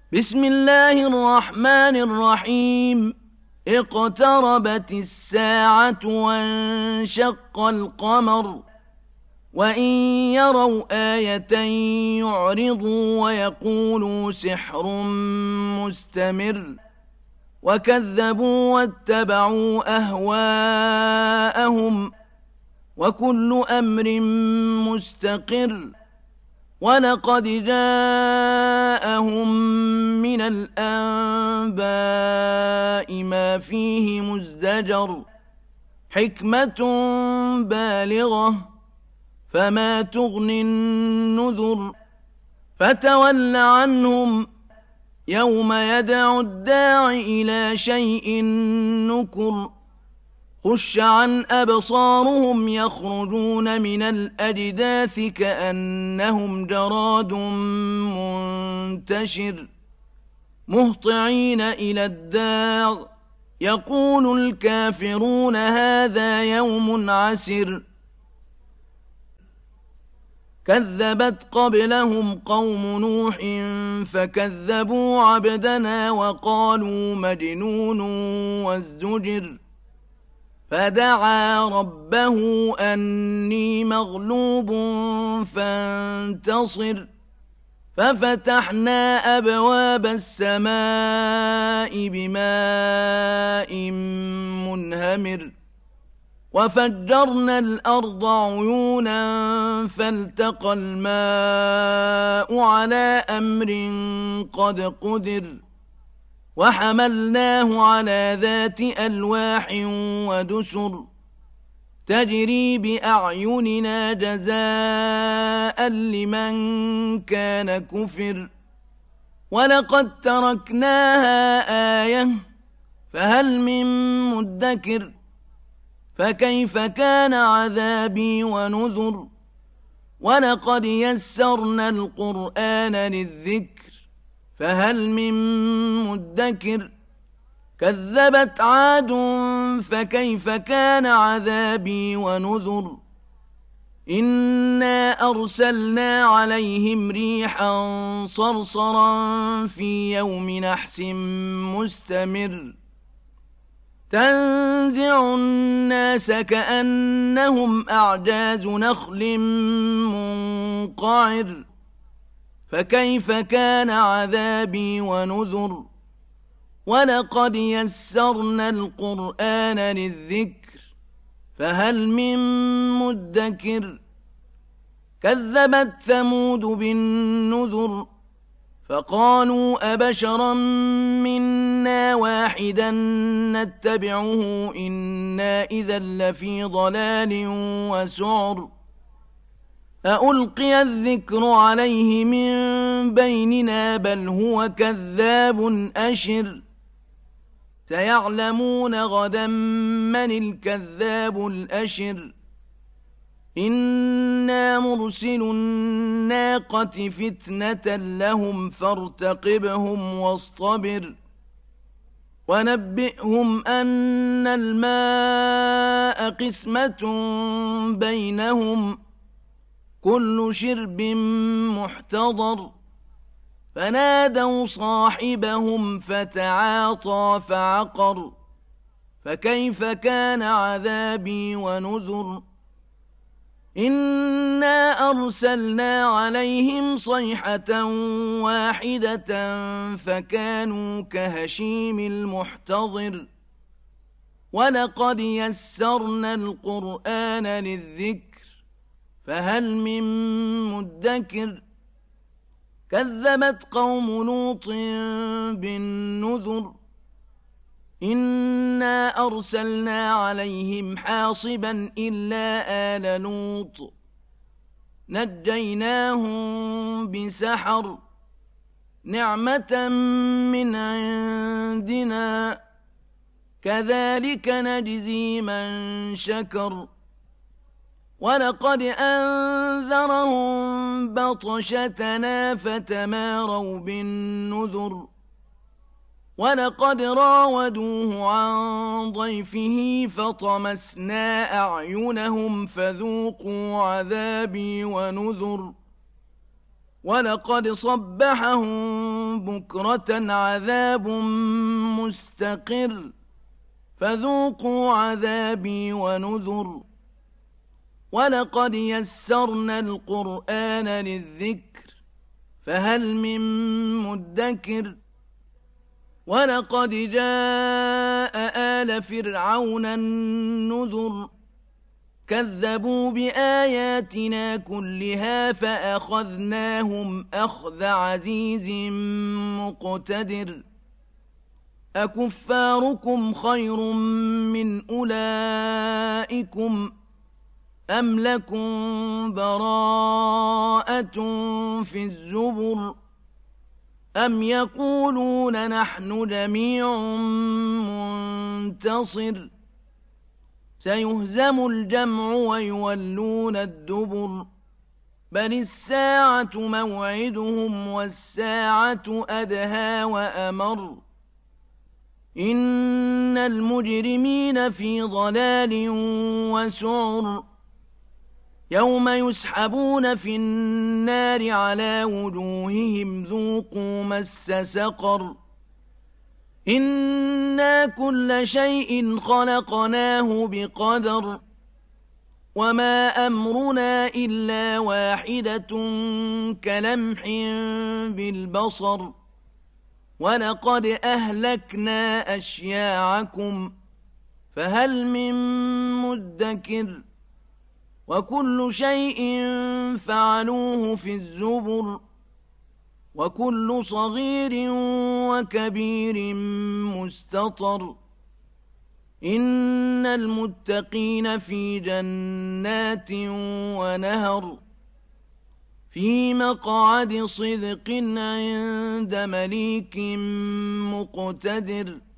بسم الله الرحمن الرحيم. اقتربت الساعة وانشق القمر وإن يروا آية يعرضوا ويقولوا سحر مستمر وكذبوا واتبعوا أهواءهم وكل أمر مستقر ولقد جاءهم من الأنباء ما فيه مزدجر حكمة بالغة فما تغني النذر فتول عنهم يوم يدعو الداع إلى شيء نكر خش عن أبصارهم يخرجون من الأجداث كأنهم جراد منتشر مهطعين إلى الداع يقول الكافرون هذا يوم عسر كذبت قبلهم قوم نوح فكذبوا عبدنا وقالوا مجنون وازدجر فدعا ربه أني مغلوب فانتصر ففتحنا أبواب السماء بماء منهمر وفجرنا الأرض عيونا فالتقى الماء على أمر قد قدر وحملناه على ذات ألواح ودسر تجري بأعيننا جزاء لمن كان كفر ولقد تركناها آية فهل من مدكر فكيف كان عذابي ونذر ولقد يسرنا القرآن للذكر فهل من مدكر كذبت عاد فكيف كان عذابي ونذر إنا أرسلنا عليهم ريحا صرصرا في يوم نحس مستمر تنزع الناس كأنهم أعجاز نخل منقعر فكيف كان عذابي ونذر ولقد يسرنا القرآن للذكر فهل من مدكر كذبت ثمود بالنذر فقالوا أبشرا منا واحدا نتبعه إنا إذا لفي ضلال وسعر ألقي الذكر عليه من بيننا بل هو كذاب أشر سيعلمون غدا من الكذاب الأشر إنا مرسل الناقة فتنة لهم فارتقبهم واصطبر ونبئهم أن الماء قسمة بينهم كل شرب محتضر فنادوا صاحبهم فتعاطى فعقر فكيف كان عذابي ونذر إنا أرسلنا عليهم صيحة واحدة فكانوا كهشيم المحتضر ولقد يسرنا القرآن للذكر فهل من مدكر كذبت قوم لوط بالنذر إنا أرسلنا عليهم حاصبا إلا آل لوط نجيناهم بسحر نعمة من عندنا كذلك نجزي من شكر ولقد أنذرهم بطشتنا فتماروا بالنذر ولقد راودوه عن ضيفه فطمسنا أعينهم فذوقوا عذابي ونذر ولقد صبحهم بكرة عذاب مستقر فذوقوا عذابي ونذر ولقد يسرنا القرآن للذكر فهل من مدكر ولقد جاء آل فرعون النذر كذبوا بآياتنا كلها فأخذناهم أخذ عزيز مقتدر أكفاركم خير من أولئكم أم لكم براءة في الزبر أم يقولون نحن جميع منتصر سيهزم الجمع ويولون الدبر بل الساعة موعدهم والساعة أدهى وأمر إن المجرمين في ضلال وسعر يوم يسحبون في النار على وجوههم ذوقوا مس سقر إنا كل شيء خلقناه بقدر وما أمرنا إلا واحدة كلمح بالبصر ولقد أهلكنا أشياعكم فهل من مدكر وكل شيء فعلوه في الزبر وكل صغير وكبير مستطر إن المتقين في جنات ونهر في مقعد صدق عند مليك مقتدر